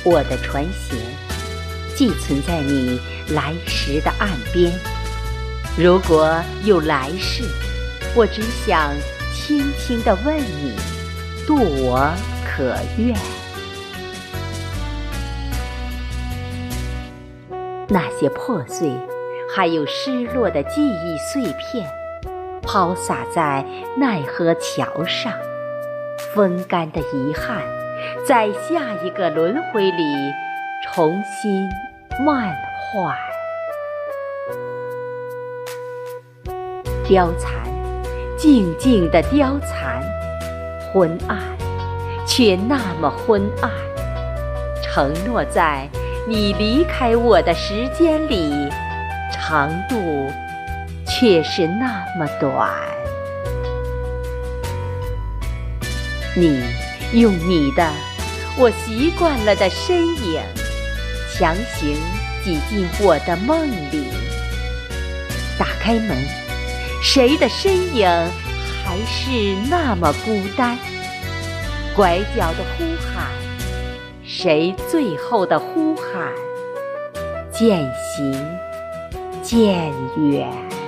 我的船舷寄存在你来时的岸边。如果有来世，我只想轻轻地问你，渡我可愿？那些破碎还有失落的记忆碎片，抛洒在奈何桥上，风干的遗憾在下一个轮回里重新漫画。貂蝉，静静的貂蝉，昏暗，却那么昏暗。承诺在你离开我的时间里，长度却是那么短。你用你的我习惯了的身影，强行挤进我的梦里。打开门，谁的身影还是那么孤单？拐角的呼喊，谁最后的呼喊渐行渐远？